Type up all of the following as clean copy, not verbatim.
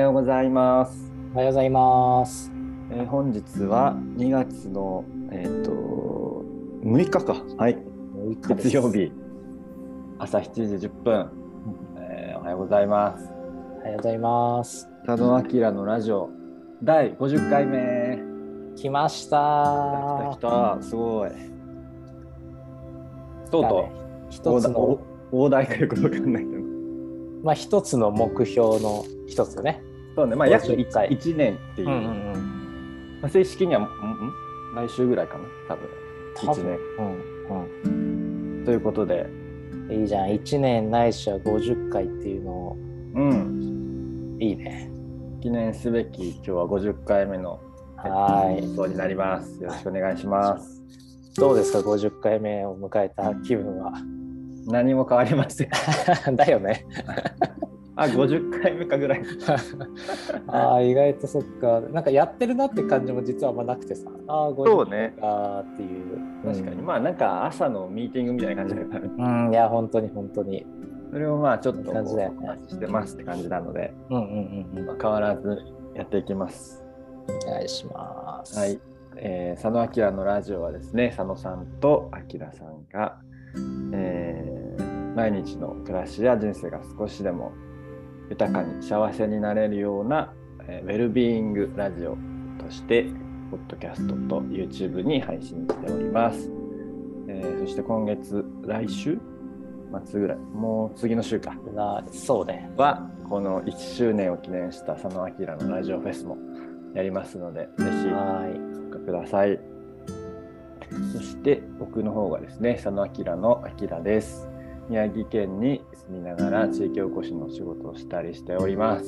ようございます。 おはようございます。 本日は2月の、6日か。はい。 6日です。 月曜日、朝7時10分。おはようございます。 おはようございます。 佐野明のラジオ第50回目。 来ました。 来た。すごい。とうとう、 一つの大台かよくわかんないけど。 まあ一つの目標の一つね。 そうね。まあ約 50回 1年っていう。まあ、正式には来週ぐらいかな。多分1年。ということで。 いいじゃん。1年ないしは50回っていうのを。いいね。 記念すべき今日は50回目の放送になります。よろしくお願いします。 どうですか、50回目を迎えた気分は。 何も変わりません。 だよね。 50回目かぐらい。 意外とそっか。なんかやってるなって感じも実はあんまなくてさ。50回かっていう。 確かに。まあなんか朝のミーティングみたいな感じだからね。 いや本当に本当に。 それをまあちょっと感じだよね。 してますって感じなので、変わらずやっていきます。 お願いします。 はい。佐野明のラジオはですね、佐野さんと明さんが、毎日の暮らしや人生が少しでも豊かに幸せになれるような、ウェルビーイングラジオとしてポッドキャストと YouTube に配信しております。そして今月来週末ぐらい、もう次の週かそうねはこの1周年を記念した佐野明のラジオフェスもやりますので、ぜひ参加ください。そして僕の方がですね、佐野明の明です。宮城県に住みながら地域おこしの仕事をしたりしております。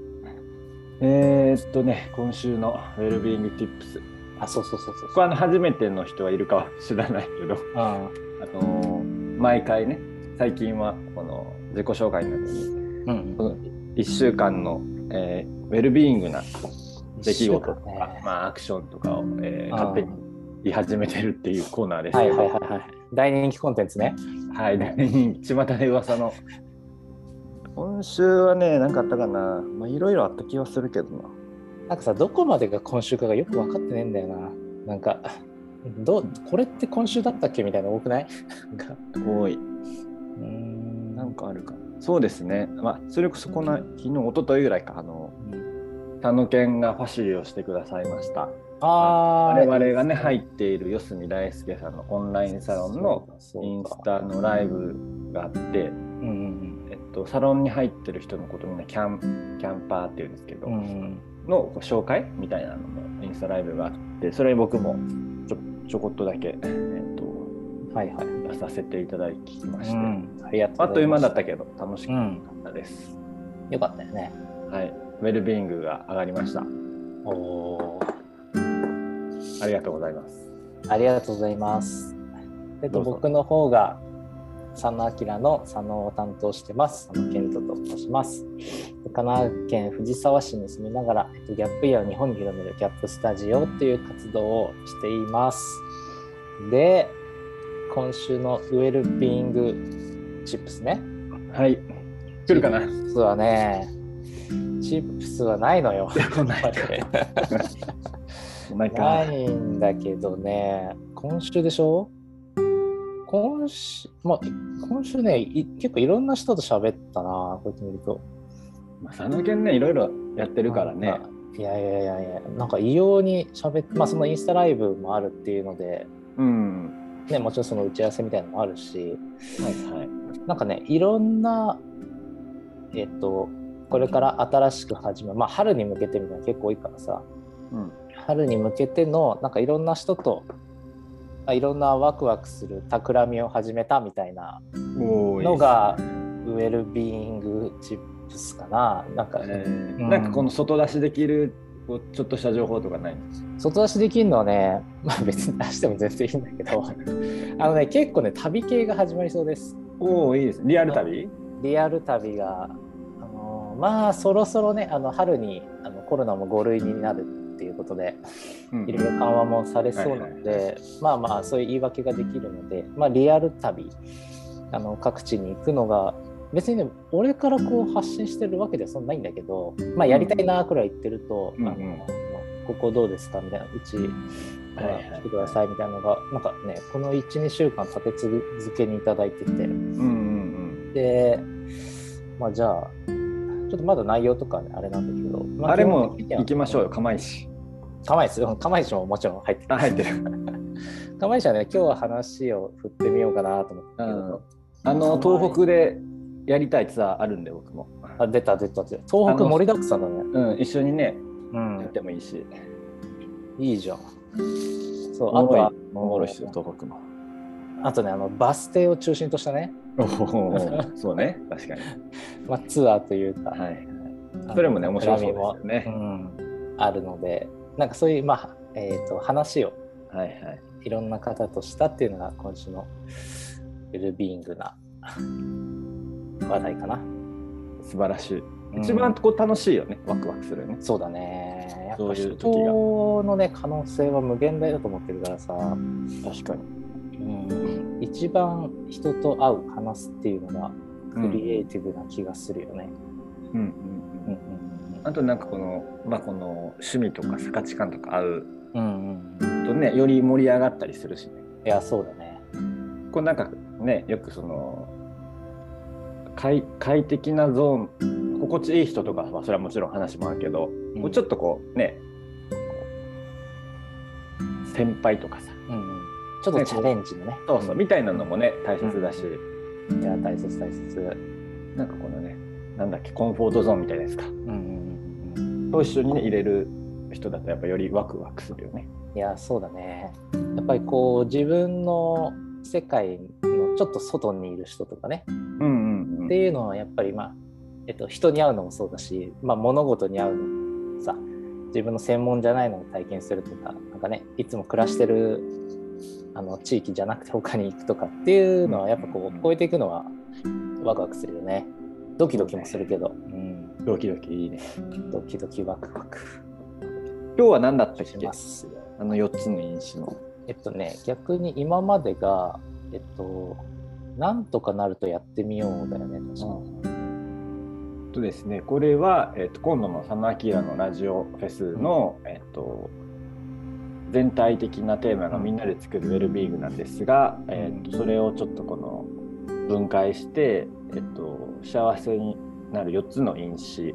今週のウェルビーイングティップス。 そうこれ初めての人はいるかは知らないけど、毎回ね、最近はこの自己紹介の中に、この1週間の、ウェルビーイングな出来事とか、アクションとかを、勝手に言い始めてるっていうコーナーですけど、 大人気コンテンツね。 はい、大人気、巷で噂の。今週はね、何かあったかな。いろいろあった気はするけどな。 なんかさ、どこまでが今週かがよく分かってねえんだよな。なんかこれって今週だったっけみたいな多くない？ 多い。なんかあるかな。そうですね。それこそ昨日、一昨日ぐらいか、佐野県がファシリをしてくださいました。我々がね、入っている四隅大輔さんのオンラインサロンのインスタのライブがあって、サロンに入ってる人のことみんなキャンパーっていうんですけど、の紹介みたいなのもインスタライブがあって、それに僕もちょこっとだけ、出させていただきまして、あっという間だったけど楽しかったです。 よかったよね。 はい、ウェルビーイングが上がりました。ありがとうございます。 ありがとうございます。僕の方が佐野明の佐野を担当してます。佐野健人と申します。神奈川県藤沢市に住みながら、ギャップイヤーを日本に広めるギャップスタジオという活動をしています。で、今週のウェルビーイングチップスね。 はい。来るかな。 チップスはね、チップスはないのよ。ないんだけどね、今週でしょ？今週ね、結構いろんな人と喋ったな、こうやって見ると。 佐野県ね、いろいろやってるからね。 いや、なんか異様に喋って、そのインスタライブもあるっていうので、ね、もちろんその打ち合わせみたいなのもあるし、なんかね、いろんな、これから新しく始める、春に向けてみたいな結構多いからさ、春に向けてのなんかいろんな人といろんなワクワクする企みを始めたみたいなのがウェルビーイングチップスかな。なんかこの外出しできるちょっとした情報とかない？ 外出しできるのはね、別に出しても全然いいんだけど結構ね、旅系が始まりそうです。 いいです。リアル旅？ リアル旅がそろそろね、春にコロナも5類になるっていうことで、いろいろ緩和もされそうなので、そういう言い訳ができるので、リアル旅各地に行くのが別にね俺からこう発信してるわけではそんなないんだけど、まあやりたいなくらい言ってると、ここどうですかみたいな、うち来てくださいみたいなのがなんかねこの 1,2 週間立て続けにいただいてて、でまあじゃあちょっとまだ内容とか、ね、あれなんだけど、まあ、 あれも行きましょうよ。釜石ももちろん入ってる。釜石はね今日は話を振ってみようかなと思ってけど、 東北でやりたいツアーあるんで僕も。 出た東北盛りだくさんだね。 一緒にね、やってもいいし。 いいじゃん。 そう、あとはおもろいし、東北も。 あとねバス停を中心としたね。 そうね、確かに。 まあツアーというか、 それもね面白そうですよね。 あるので、なんかそういうまあ話をいろんな方としたっていうのが今週のウェルビーイングな話題かな。 素晴らしい。一番こう楽しいよね、ワクワクするね。 そうだね。やっぱ人のね可能性は無限大だと思ってるからさ。 確かに。 一番人と会う話すっていうのがクリエイティブな気がするよね。 あとなんかこの趣味とか価値観とか合うとね、より盛り上がったりするしね。 いやそうだね。 これなんかねよくその快適なゾーン、心地いい人とかはそれはもちろん話もあるけど、ちょっとこうね先輩とかさ、 ちょっとチャレンジのね、 そうみたいなのもね大切だし、 いや大切。 なんかこのねなんだっけコンフォートゾーンみたいですか。と一緒にね入れる人だとやっぱよりワクワクするよね。 いやそうだね。やっぱりこう自分の世界のちょっと外にいる人とかね、っていうのはやっぱり人に会うのもそうだし、物事に会うのもさ、自分の専門じゃないのを体験するとか、なんかねいつも暮らしてる地域じゃなくて他に行くとかっていうのはやっぱこう超えていくのはワクワクするよね。ドキドキもするけど、 ドキドキいいね。 ドキドキワクワク。 今日は何だったっけ？4つの因子の。 逆に今までがなんとかなるとやってみようだよね。 とですね、これは、今度の佐野明のラジオフェスの、全体的なテーマがみんなで作るウェルビーイングなんですが、それをちょっとこの分解して、幸せになる4つの因子、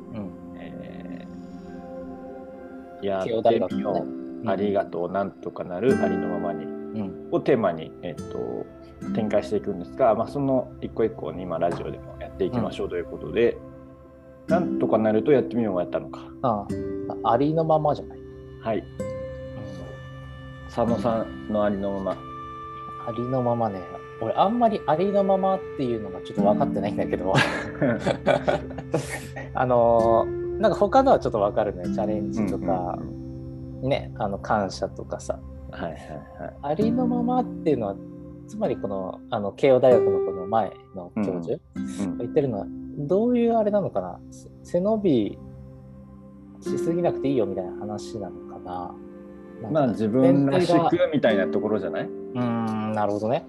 やってみよう、ありがとう、なんとかなる、ありのままに、をテーマに、展開していくんですが、その一個一個に今ラジオでもやっていきましょうということで、なんとかなるとやってみようがやったのか。 ありのままじゃない。 はい。佐野さんのありのまま。 ありのままね。俺あんまりありのままっていうのがちょっと分かってないんだけどなんか他のはちょっと分かるね。チャレンジとか、ね、感謝とかさ、ありのままっていうのはつまりこの慶応大学のこの前の教授が言ってるのはどういうあれなのかな。背伸びしすぎなくていいよみたいな話なのかな。 自分らしくみたいなところじゃない？ なるほどね。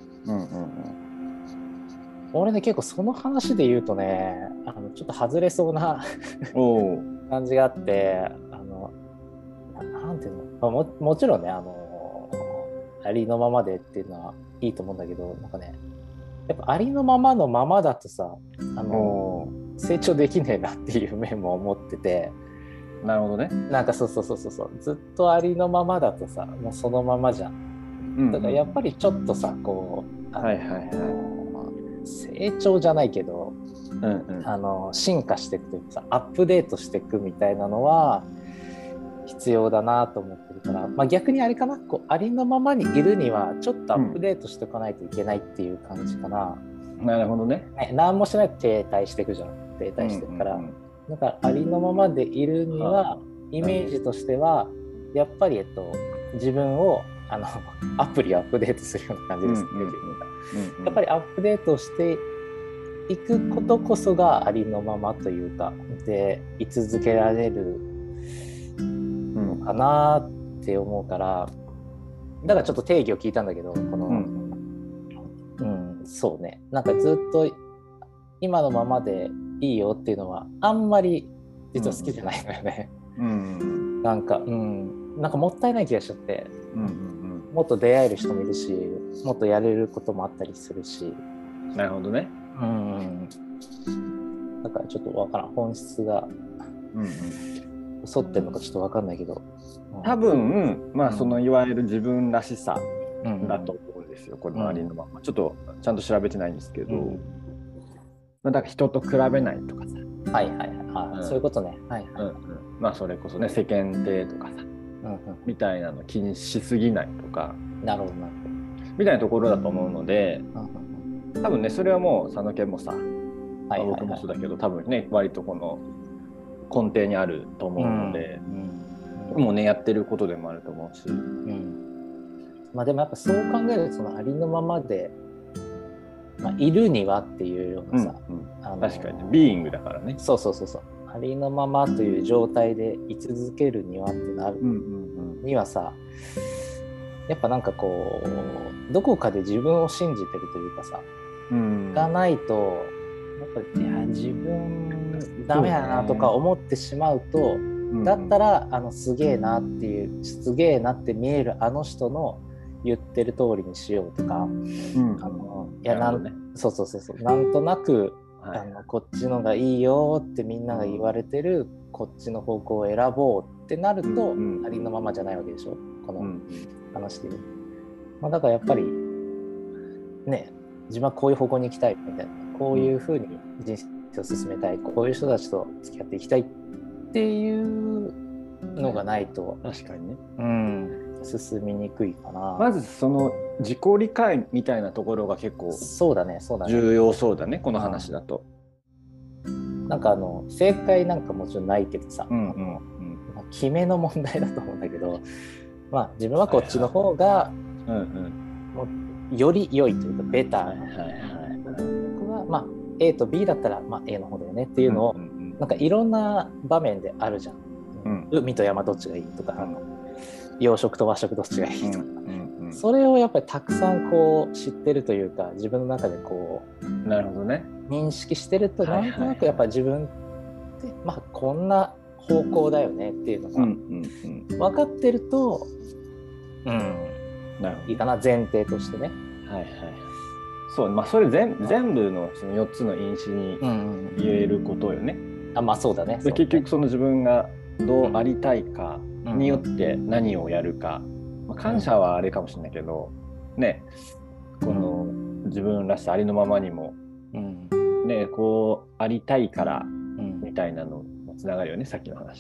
俺ね結構その話で言うとねちょっと外れそうな感じがあってなんていうの、もちろんねありのままでっていうのはいいと思うんだけど、なんかねやっぱありのままのままだとさ成長できねえなっていう面も思ってて。 なるほどね。 なんかそうずっとありのままだとさもうそのままじゃん。だからやっぱりちょっとさこう成長じゃないけど、進化していくというかさアップデートしていくみたいなのは必要だなと思ってるから、逆にあれかな、こうありのままにいるにはちょっとアップデートしておかないといけないっていう感じかな。 なるほどね。 何もしないと停滞していくじゃん。停滞してるから、だからありのままでいるにはイメージとしてはやっぱり自分をアプリをアップデートするような感じです、やっぱりアップデートしていくことこそがありのままというかで居続けられるのかなって思うから、だからちょっと定義を聞いたんだけどこの、そうね、なんかずっと今のままでいいよっていうのはあんまり実は好きじゃないのよね。なんかもったいない気がしちゃって、もっと出会える人もいるし、もっとやれることもあったりするし。 なるほどね。 だからちょっとわからん、本質が沿ってるのかちょっとわかんないけど、 多分まあそのいわゆる自分らしさだと思うんですよ、このありのまま。ちょっとちゃんと調べてないんですけど、だから人と比べないとかさ、 そういうことね。 まあそれこそね、世間体とかさ、みたいなの気にしすぎないとか、 なるほどみたいなところだと思うので、多分ねそれはもう佐野健もさ、僕もそうだけど多分ね割とこの根底にあると思うので、もうねやってることでもあると思うし、 まあでもやっぱそう考えるとそのありのままで、いるにはっていうようなさ、 確かにね、ビーイングだからね。 そうありのままという状態で居続けるにはってなるにはさ、やっぱなんかこうどこかで自分を信じてるというかさ、がないとやっぱり自分ダメだなとか思ってしまうと、だったらすげえなっていうすげえなって見えるあの人の言ってる通りにしようとか、なんとなくこっちのがいいよってみんなが言われてるこっちの方向を選ぼうってなると、ありのままじゃないわけでしょ、この話で。だからやっぱりね、自分はこういう方向に行きたいみたいな、こういうふうに人生を進めたい、こういう人たちと付き合っていきたいっていうのがないと、 確かにね、 進みにくいかな。 まずその自己理解みたいなところが結構重要そうだね、この話だと。 なんか正解なんかもちろんないけどさ、決めの問題だと思うんだけど、自分はこっちの方がもうより良いというかベターな、僕はA と B だったらA の方だよねっていうのを、なんかいろんな場面であるじゃん。海と山どっちがいいとか、洋食と和食どっちがいいとか、それをやっぱりたくさんこう知ってるというか、自分の中でこうなるほどね、 認識してると、なんとなくやっぱ自分ってこんな方向だよねっていうのが分かってると、いいかな、前提としてね。そう、それ全部のその4つの因子に言えることよね。そうだね。 結局その自分がどうありたいかによって何をやるか、感謝はあれかもしれないけどね、この自分らしさありのままにもね、こうありたいからみたいなのもつながるよね、さっきの話。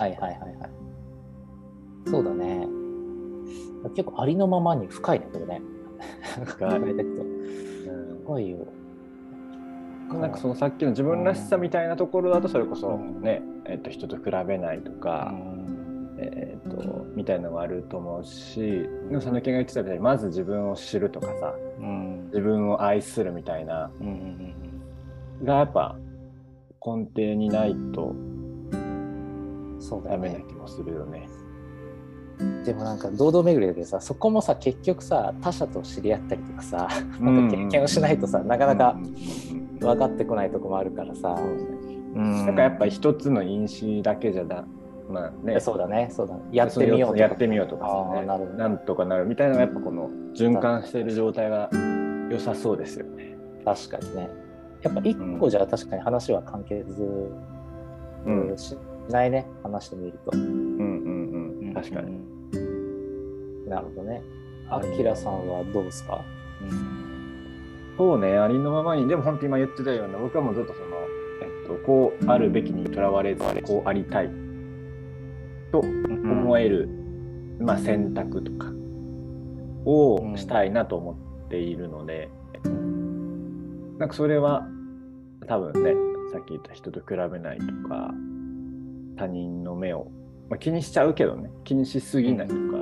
そうだね。結構ありのままに深いね、これね。深いよ。 なんかそのさっきの自分らしさみたいなところだと、それこそね、人と比べないとか、みたいなのがあると思うし、佐野健が言ってたみたいにまず自分を知るとかさ、自分を愛するみたいな、がやっぱ根底にないとダメな気もするよね。 でもなんか堂々巡りだけどさ、そこもさ結局さ他者と知り合ったりとかさ、なんか経験をしないとさ、なかなか分かってこないとこもあるからさ、 なんかやっぱり一つの因子だけじゃそうだねやってみようとかさ、 なんとかなるみたいなのがやっぱこの循環している状態が良さそうですよね。 確かにね。やっぱ一個じゃ確かに話は完結しないね、話してみると。 確かに。 なるほどね。あきらさんはどうですか？ そうね、ありのままに。でも本当に今言ってたような、僕はもうずっとその、こうあるべきにとらわれず、こうありたいと思える、選択とかをしたいなと思っているので、なんかそれは多分ね、さっき言った人と比べないとか、他人の目を、気にしちゃうけどね、気にしすぎないとか、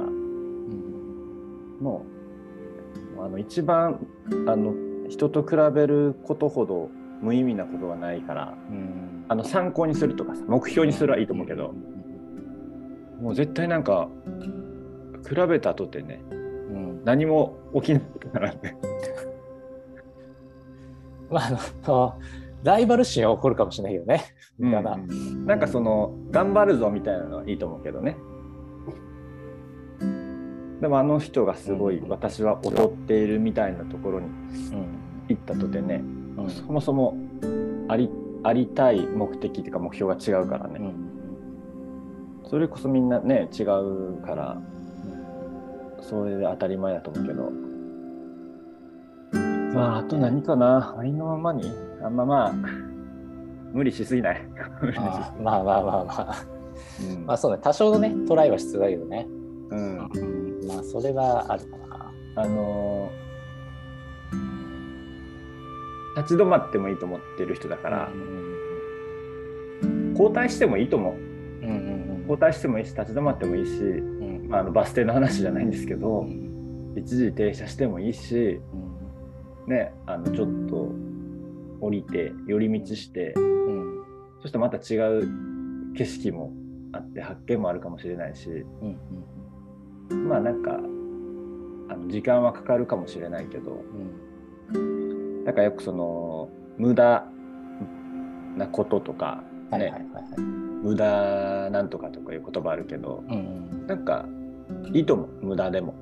もう一番人と比べることほど無意味なことはないから、参考にするとかさ、目標にするはいいと思うけど、もう絶対なんか比べたとてね、何も起きないからね。 ライバル心は起こるかもしれないけどね。 なんかその頑張るぞみたいなのはいいと思うけどね。でもあの人がすごい私は劣っているみたいなところに行ったとてね、そもそもありたい目的というか目標が違うからね、それこそみんなね違うから、それで当たり前だと思うけど、まああと何かな、ありのままにまあ無理しすぎないまあそうね、多少のねトライは必要だけどね。まあそれはあるかな。 立ち止まってもいいと思ってる人だから、交代してもいいと思う。交代してもいいし、立ち止まってもいいし、バス停の話じゃないんですけど、一時停車してもいいし、ね、ちょっと降りて寄り道して、そしてまた違う景色もあって発見もあるかもしれないし、まあなんか時間はかかるかもしれないけど、だからよくその無駄なこととかね、無駄なんとかとかいう言葉あるけど、なんかいいと思う、無駄でも、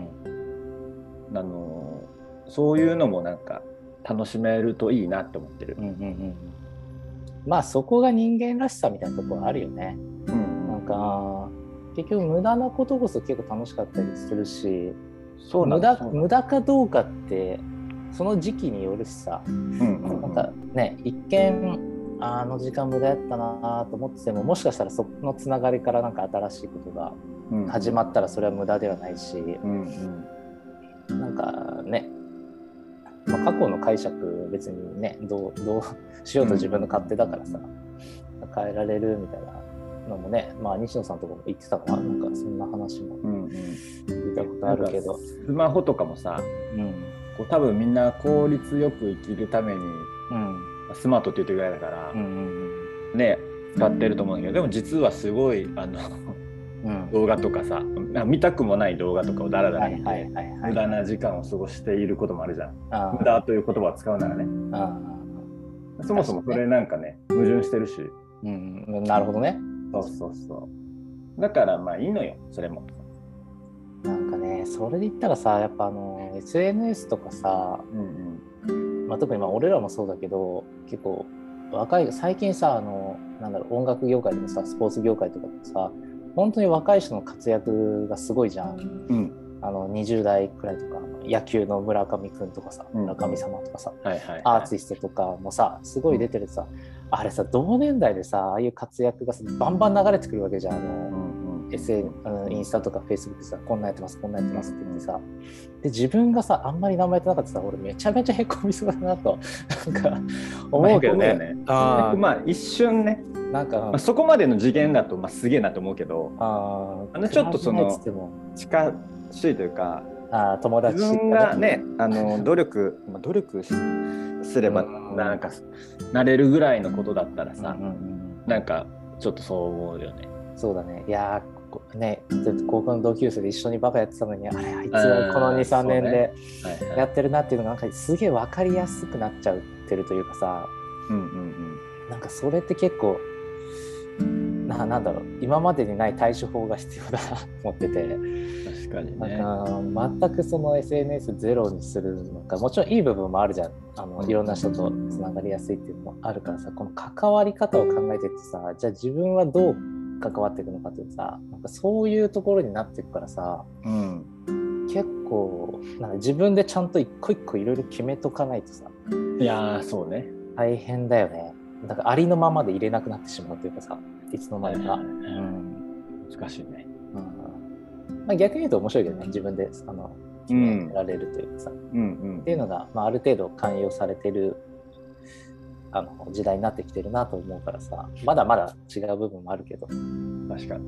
そういうのもなんか楽しめるといいなって思ってる。 まあそこが人間らしさみたいなところあるよね。なんか結局無駄なことこそ結構楽しかったりするし、無駄かどうかってその時期によるしさ、なんかね、一見あの時間無駄やったなと思ってても、もしかしたらそのつながりからなんか新しいことが始まったらそれは無駄ではないし、なんかね、過去の解釈別にねどうしようと自分の勝手だからさ、変えられるみたいなのもね、西野さんとかも言ってたかな、なんかそんな話も聞いたことあるけど、 スマホとかもさ、こう多分みんな効率よく生きるために、スマートって言ってるぐらいだから、ね使ってると思うんだけど、でも実はすごい動画とかさ、見たくもない動画とかをだらだら見て無駄な時間を過ごしていることもあるじゃん。無駄という言葉を使うならね。そもそもそれなんかね矛盾してるし。 なるほどね。 そうだからまあいいのよ、それも。 なんかね、それで言ったらさ、やっぱSNS とかさ、特に俺らもそうだけど、結構若い最近さ、音楽業界でもさ、スポーツ業界とかでもさ、本当に若い人の活躍がすごいじゃん。20代くらいとか野球の村上くんとかさ、村上様とかさ、アーティストとかもさすごい出てるさ、あれさ同年代でさああいう活躍がバンバン流れてくるわけじゃん。インスタとかフェイスブックでさ、こんなやってますって言ってさ、で自分がさあんまり名前やってなかったさ、俺めちゃめちゃへこみそうだなとなんか思うけどね。 まあ一瞬ね、なんか、そこまでの次元だとすげえなと思うけど、ちょっとその近しいというか、 友達自分がね努力すればなんかなれるぐらいのことだったらさ、なんかちょっとそう思うよね。 そうだね。いやね、高校の同級生で一緒にバカやってたのに、あいつはこの 2,3 年でやってるなっていうのがなんかすげえ分かりやすくなっちゃってるというかさ、なんかそれって結構なんだろう、今までにない対処法が必要だなと思ってて。 確かにね。 なんか全くその SNS ゼロにするのか、もちろんいい部分もあるじゃん。いろんな人とつながりやすいっていうのもあるからさ、この関わり方を考えてってさ、じゃあ自分はどう関わっていくのかっていうさ、なんかそういうところになっていくからさ、結構なんか自分でちゃんと一個一個いろいろ決めとかないとさ、 いやそうね、 大変だよね。だからありのままで入れなくなってしまうというかさ、いつの間にか。 難しいね。 逆に言うと面白いけどね、自分で決められるというかさ、っていうのが、ある程度寛容されてる時代になってきてるなと思うからさ、まだまだ違う部分もあるけど。 確かに。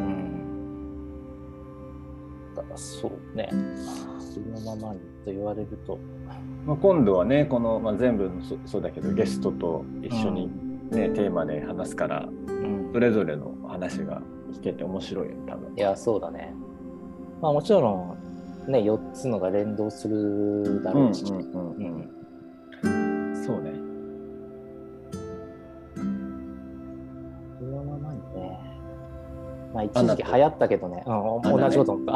だからそうね、そのままにと言われると。 今度はね、この、全部そうだけど、ゲストと一緒に、ねテーマで話すから、それぞれの話が聞けて面白いよ、多分。 いや、そうだね。もちろん、ね、4つのが連動するだろうし。 そうね。 まあ、一時期流行ったけどね、同じこと思った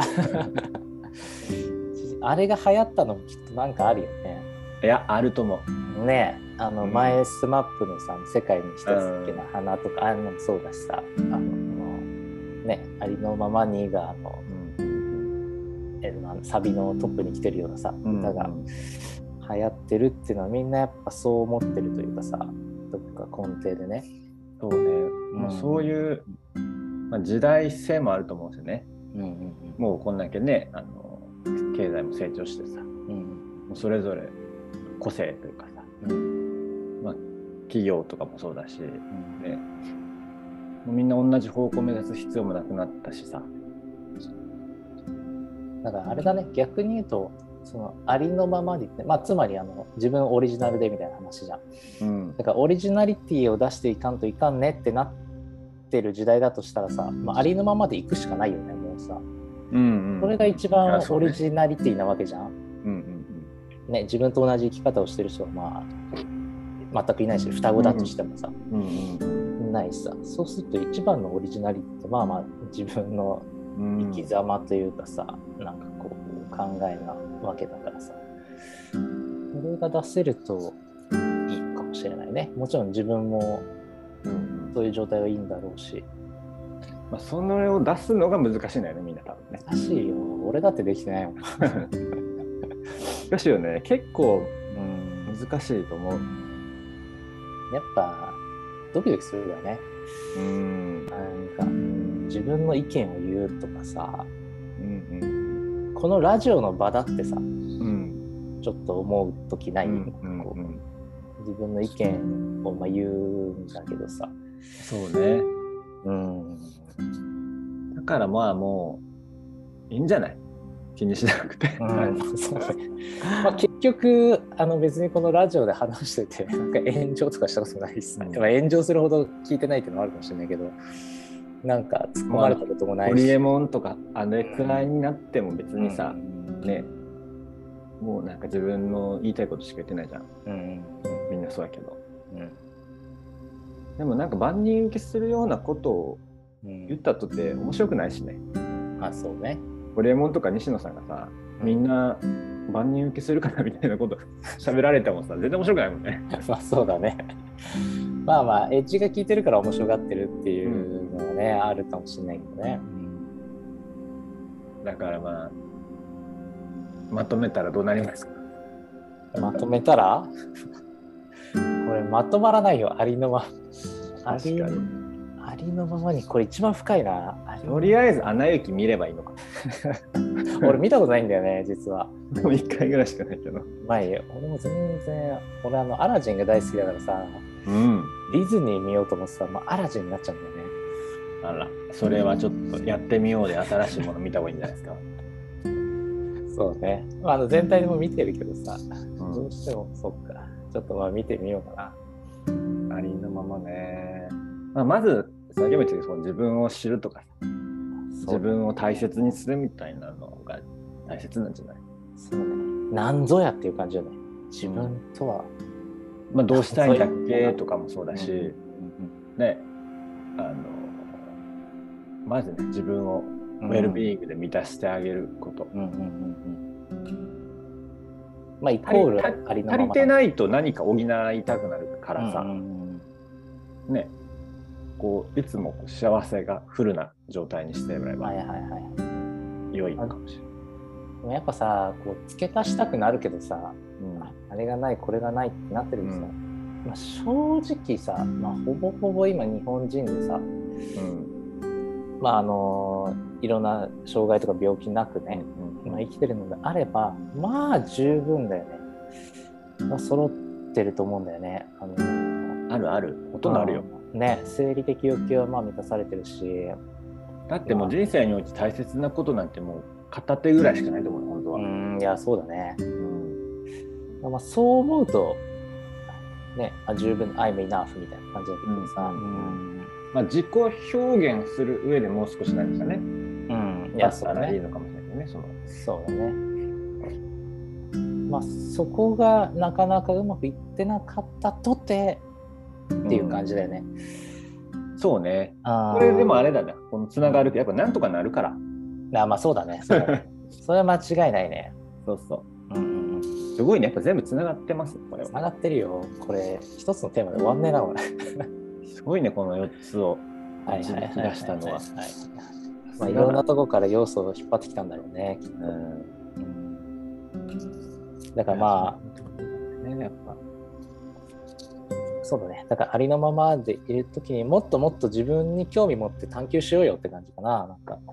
あれが流行ったのもきっとなんかあるよね。 いやあると思うね。前スマップのさ世界に一つだけの花とかあのもそうだしさねありのままにがサビのトップに来てるようなさ歌が流行ってるっていうのはみんなやっぱそう思ってるというかさどっか根底でね。 そうね、もうそういう、まあ、時代性もあると思うんですよね、もうこんだけね経済も成長してさ、もうそれぞれ個性というかさ、まあ、企業とかもそうだし、ね、もうみんな同じ方向を目指す必要もなくなったしさ。 だからあれだね、逆に言うとそのありのままで、まあ、つまり自分オリジナルでみたいな話じゃん、だからオリジナリティを出していかんといかんねってなってる時代だとしたらさ、まあ、ありのままでいくしかないよねもうさ、それが一番オリジナリティなわけじゃん、ね、自分と同じ生き方をしてる人はまあ全くいないし双子だとしてもさ、いないしさ、そうすると一番のオリジナリティってまあ自分の生き様というかさ、なんかこう考えなわけだからさ、それが出せるといいかもしれないね。もちろん自分もそういう状態はいいんだろうし、 まあ、それを出すのが難しいんだよねみんな多分ね。 難しいよ、俺だってできてないよ難しいよね、結構難しいと思う。 やっぱドキドキするよね。なんか自分の意見を言うとかさ、このラジオの場だってさ、ちょっと思う時ない、自分の意見を言うんだけどさ。 そうね、だからまあもういいんじゃない、気にしなくて、 まあ、結局別にこのラジオで話しててなんか炎上とかしたことないですね、炎上するほど聞いてないっていうのはあるかもしれないけど、なんか突っ込まれたこともないし、 ホリエモンとかあれくらいになっても別にさ、ね、もうなんか自分の言いたいことしか言ってないじゃん、みんなそうやけど、でもなんか万人受けするようなことを言ったとて面白くないしね。 あ、そうね。 ホリエモンとか西野さんがさ、みんな万人受けするかなみたいなこと喋られてもさ、全然面白くないもんね。 まあそうだね。まあまあエッジが効いてるから面白がってるっていうのはね、あるかもしれないけどね。 だからまあまとめたらどうなりますか。 まとめたらこれまとまらないよ、ありのまま。ありのままに、これ一番深いな。 とりあえずアナ雪見ればいいのか。 俺見たことないんだよね、実は。 でも1回ぐらいしかないけど。 まあいいよ、俺も全然、俺アラジンが大好きだからさ、ディズニー見ようと思ってさ、アラジンになっちゃうんだよね。 あら、それはちょっとやってみようで新しいもの見た方がいいんじゃないですか。 そうね。全体でも見てるけどさ、どうしてもそっか。ちょっと見てみようかな。ありのままね。まず先ほど言った自分を知るとかさ、自分を大切にするみたいなのが大切なんじゃない？ そうね。なんぞやっていう感じよね。自分とは、 どうしたいんだっけとかもそうだし、ね、まずね、自分をウェルビーイングで満たしてあげること。 イコールありのまま。 足りてないと何か補いたくなるからさ、ね、こういつも幸せがフルな状態にしてもらえば良いかもしれない。 でもやっぱさ、こう付け足したくなるけどさ、あれがないこれがないってなってるけどさ、正直さ、ほぼほぼ今日本人でさ、いろんな障害とか病気なくね、生きてるのであれば十分だよね。揃ってると思うんだよね。 あるほとんどあるよね。生理的欲求は満たされてるし、 だってもう人生において大切なことなんてもう片手ぐらいしかないと思う、本当は。 いやそうだね。そう思うとね、十分 I'm enough みたいな感じだけどさ、 自己表現する上でもう少しなんですかね。 いやそうね。 いいのかもしれないね。 そうだね。そこがなかなかうまくいってなかったとてっていう感じだよね。 そうね。これでもあれだな、このつながるってやっぱなんとかなるから。 まあそうだね。それは間違いないね。 そうそう。すごいね、やっぱ全部つながってます。これは。 つながってるよ。これ一つのテーマで終わんねえなこれ。 すごいね、この4つを導き出したのは。 まあいろんなところから要素を引っ張ってきたんだろうね。きっと。だからまあ、ね、やっぱそうだね。だからありのままでいるときにもっともっと自分に興味持って探求しようよって感じかな。なんか。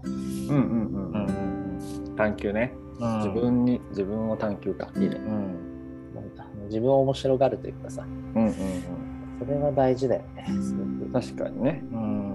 探求ね。自分を探求か。いいね。 自分を面白がるというかさ。それは大事だよね。すごく。 確かにね。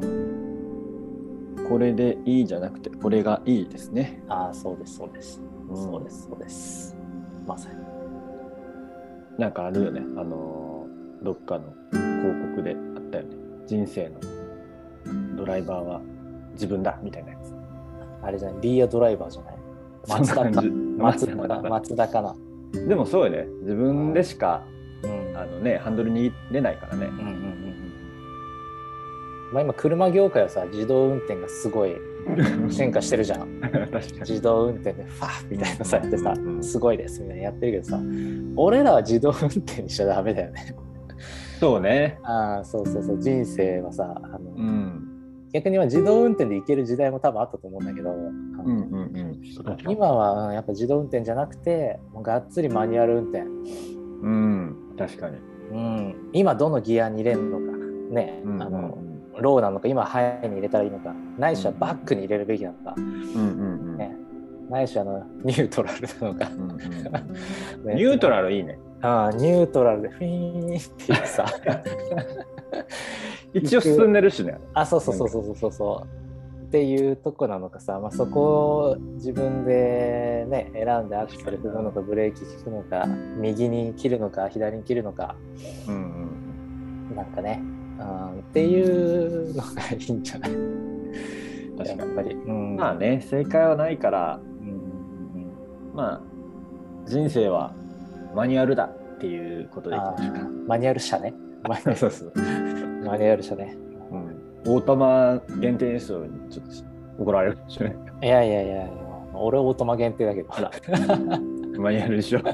これでいいじゃなくて、これがいいですね。 ああ、そうです、そうです。そうです、そうです。まさに。 なんかあるよね。どっかの広告であったよね。人生のドライバーは自分だみたいなやつ。 あれじゃない、Be a Driverじゃない。松田かな。 でもそうよね。自分でしか、ハンドル握れないからね。 まあ今車業界はさ、自動運転がすごい進化してるじゃん。自動運転でファーみたいなさやってさ、すごいですみたいなやってるけどさ、俺らは自動運転にしちゃダメだよね。 そうね。 そう人生はさ逆には自動運転で行ける時代も多分あったと思うんだけど、今はやっぱ自動運転じゃなくてもうがっつりマニュアル運転。 確かに。 今どのギアに入れるのかね、ローなのか今ハイに入れたらいいのか、ないしはバックに入れるべきなのか、ないしはニュートラルなのか。 ニュートラルいいね。 ニュートラルでフィーンっていうさ一応進んでるしね。 そうっていうとこなのかさ、まあ、そこを自分でね選んでアクセル踏むのかブレーキ効くのか右に切るのか左に切るのか、なんかね、っていうのがいいんじゃない。 確かにやっぱり、まあね正解はないから、まあ人生はマニュアルだっていうことでいきましょうか。 マニュアル車ね。マニュアル車ね。 オートマ限定ですよ。ちょっと怒られるでしょね。 いや俺オートマ限定だけど。 マニュアルでしょ。そう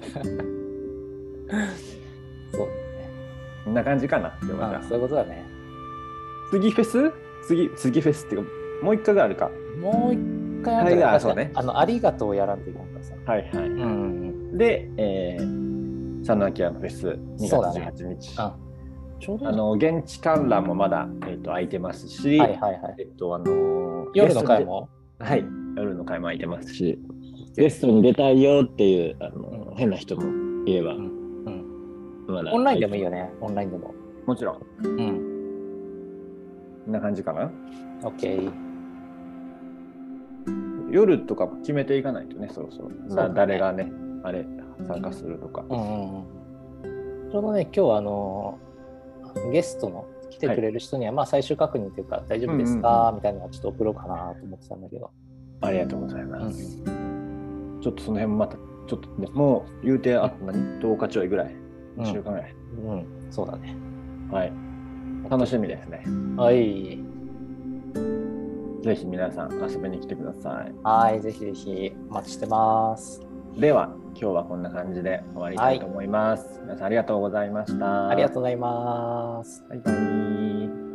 こんな感じかな。 そういうことだね。 次フェスっていうかもう一回ぐらいあるか。 もう一回あるか。そうね。ありがとうやらんといかんからさ。で、 佐野明のフェス2月18日。ちょうど現地観覧もまだ、空いてますし、 夜の会も夜の会も空いてますし、ゲストに出たいよっていう変な人もいれば、 まだオンラインでもいいよね。オンラインでももちろん。こんな感じかな。 OK。 夜とか決めていかないとね、そろそろ。誰がね、参加するとか。ちょうどね、今日はゲストの来てくれる人には、まあ最終確認というか、大丈夫ですかみたいなのはちょっと送ろうかなと思ってたんだけど。 ありがとうございます。ちょっとその辺もまた、ちょっとね、もう言うてあと10日ちょいぐらい、1週間ぐらい。 そうだね。 はい。楽しみですね。 はい。 ぜひ皆さん遊びに来てください。 はい、ぜひぜひお待ちしてます。 では今日はこんな感じで終わりたいと思います。皆さんありがとうございました。 ありがとうございます。 バイバイ。